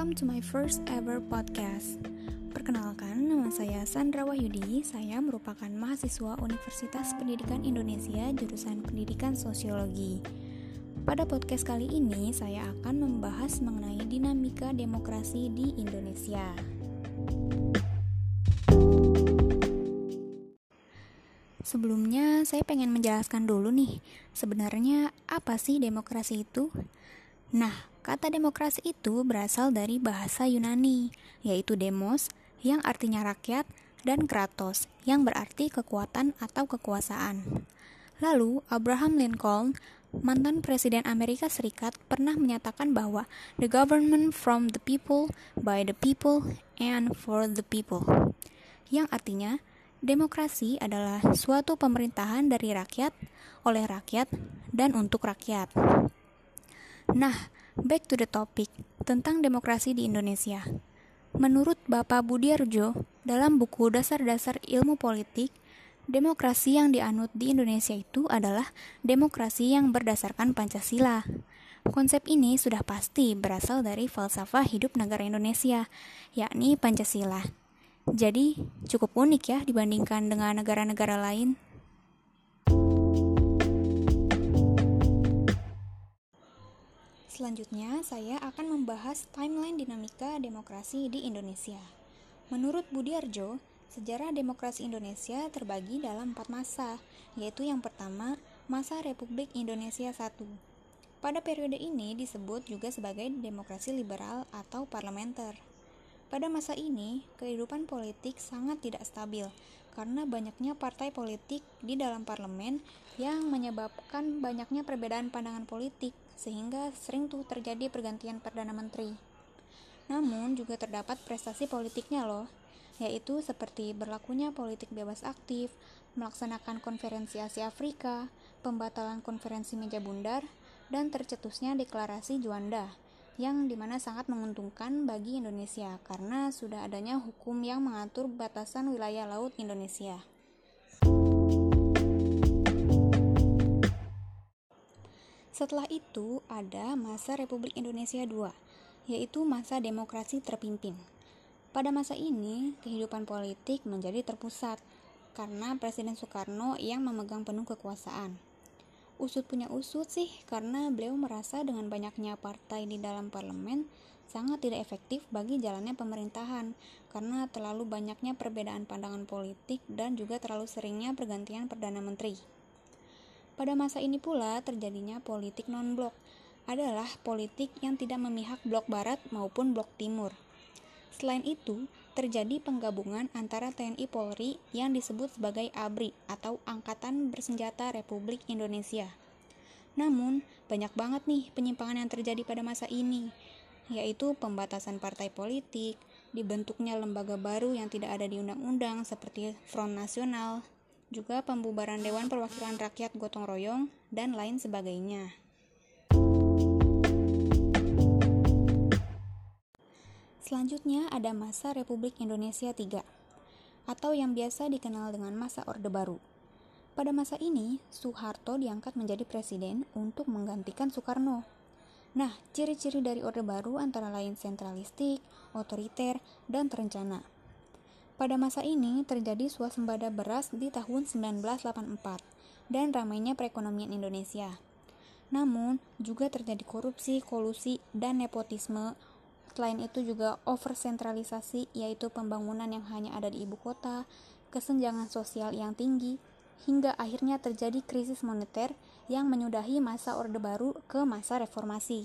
welcome to my first ever podcast. Perkenalkan, nama saya Sandra Wahyudi. Saya merupakan mahasiswa Universitas Pendidikan Indonesia jurusan Pendidikan Sosiologi. Pada podcast kali ini, saya akan membahas mengenai dinamika demokrasi di Indonesia. Sebelumnya, saya pengen menjelaskan dulu nih, sebenarnya apa sih demokrasi itu? Nah, kata demokrasi itu berasal dari bahasa Yunani, yaitu demos, yang artinya rakyat, dan kratos, yang berarti kekuatan atau kekuasaan. Lalu, Abraham Lincoln, mantan Presiden Amerika Serikat, pernah menyatakan bahwa the government from the people, by the people, and for the people. Yang artinya, demokrasi adalah suatu pemerintahan dari rakyat, oleh rakyat, dan untuk rakyat. Nah, back to the topic tentang demokrasi di Indonesia. Menurut Bapak Budiarjo, dalam buku Dasar-Dasar Ilmu Politik, demokrasi yang dianut di Indonesia itu adalah demokrasi yang berdasarkan Pancasila. Konsep ini sudah pasti berasal dari falsafah hidup negara Indonesia, yakni Pancasila. Jadi, cukup unik ya dibandingkan dengan negara-negara lain. Selanjutnya, saya akan membahas timeline dinamika demokrasi di Indonesia. Menurut Budiarjo, sejarah demokrasi Indonesia terbagi dalam 4 masa, yaitu yang pertama, masa Republik Indonesia I. Pada periode ini disebut juga sebagai demokrasi liberal atau parlementer. Pada masa ini, kehidupan politik sangat tidak stabil karena banyaknya partai politik di dalam parlemen yang menyebabkan banyaknya perbedaan pandangan politik sehingga sering tuh terjadi pergantian Perdana Menteri. Namun juga terdapat prestasi politiknya loh, yaitu seperti berlakunya politik bebas aktif, melaksanakan konferensi Asia Afrika, pembatalan konferensi meja bundar, dan tercetusnya deklarasi Juanda, yang dimana sangat menguntungkan bagi Indonesia karena sudah adanya hukum yang mengatur batasan wilayah laut Indonesia. Setelah itu ada masa Republik Indonesia II, yaitu masa demokrasi terpimpin. Pada masa ini, kehidupan politik menjadi terpusat karena Presiden Soekarno yang memegang penuh kekuasaan. Usut punya usut sih, karena beliau merasa dengan banyaknya partai di dalam parlemen sangat tidak efektif bagi jalannya pemerintahan karena terlalu banyaknya perbedaan pandangan politik dan juga terlalu seringnya pergantian Perdana Menteri. Pada masa ini pula terjadinya politik non-blok, adalah politik yang tidak memihak blok barat maupun blok timur. Selain itu, terjadi penggabungan antara TNI Polri yang disebut sebagai ABRI atau Angkatan Bersenjata Republik Indonesia. Namun, banyak banget nih penyimpangan yang terjadi pada masa ini, yaitu pembatasan partai politik, dibentuknya lembaga baru yang tidak ada di undang-undang seperti Front Nasional, juga pembubaran Dewan Perwakilan Rakyat Gotong Royong, dan lain sebagainya. Selanjutnya ada masa Republik Indonesia III, atau yang biasa dikenal dengan masa Orde Baru. Pada masa ini, Soeharto diangkat menjadi presiden untuk menggantikan Soekarno. Nah, ciri-ciri dari Orde Baru antara lain sentralistik, otoriter, dan terencana. Pada masa ini terjadi swasembada beras di tahun 1984 dan ramainya perekonomian Indonesia. Namun, juga terjadi korupsi, kolusi, dan nepotisme. Selain itu juga oversentralisasi, yaitu pembangunan yang hanya ada di ibu kota, kesenjangan sosial yang tinggi, hingga akhirnya terjadi krisis moneter yang menyudahi masa Orde Baru ke masa reformasi.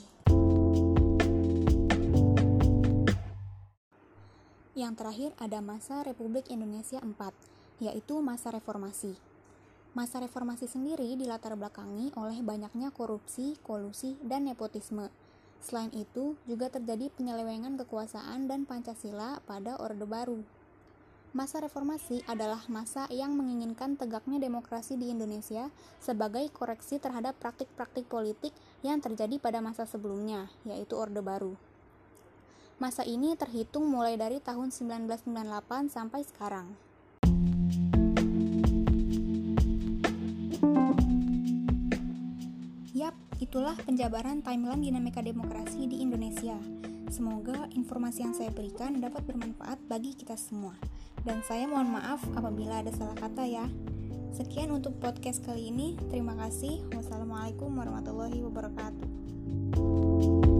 Yang terakhir ada masa Republik Indonesia IV, yaitu masa reformasi. Masa reformasi sendiri dilatar belakangi oleh banyaknya korupsi, kolusi, dan nepotisme. Selain itu, juga terjadi penyelewengan kekuasaan dan Pancasila pada Orde Baru. Masa reformasi adalah masa yang menginginkan tegaknya demokrasi di Indonesia sebagai koreksi terhadap praktik-praktik politik yang terjadi pada masa sebelumnya, yaitu Orde Baru. Masa ini terhitung mulai dari tahun 1998 sampai sekarang. Yap, Itulah penjabaran timeline dinamika demokrasi di Indonesia. Semoga informasi yang saya berikan dapat bermanfaat bagi kita semua. Dan saya mohon maaf apabila ada salah kata ya. Sekian untuk podcast kali ini. Terima kasih. Wassalamualaikum warahmatullahi wabarakatuh.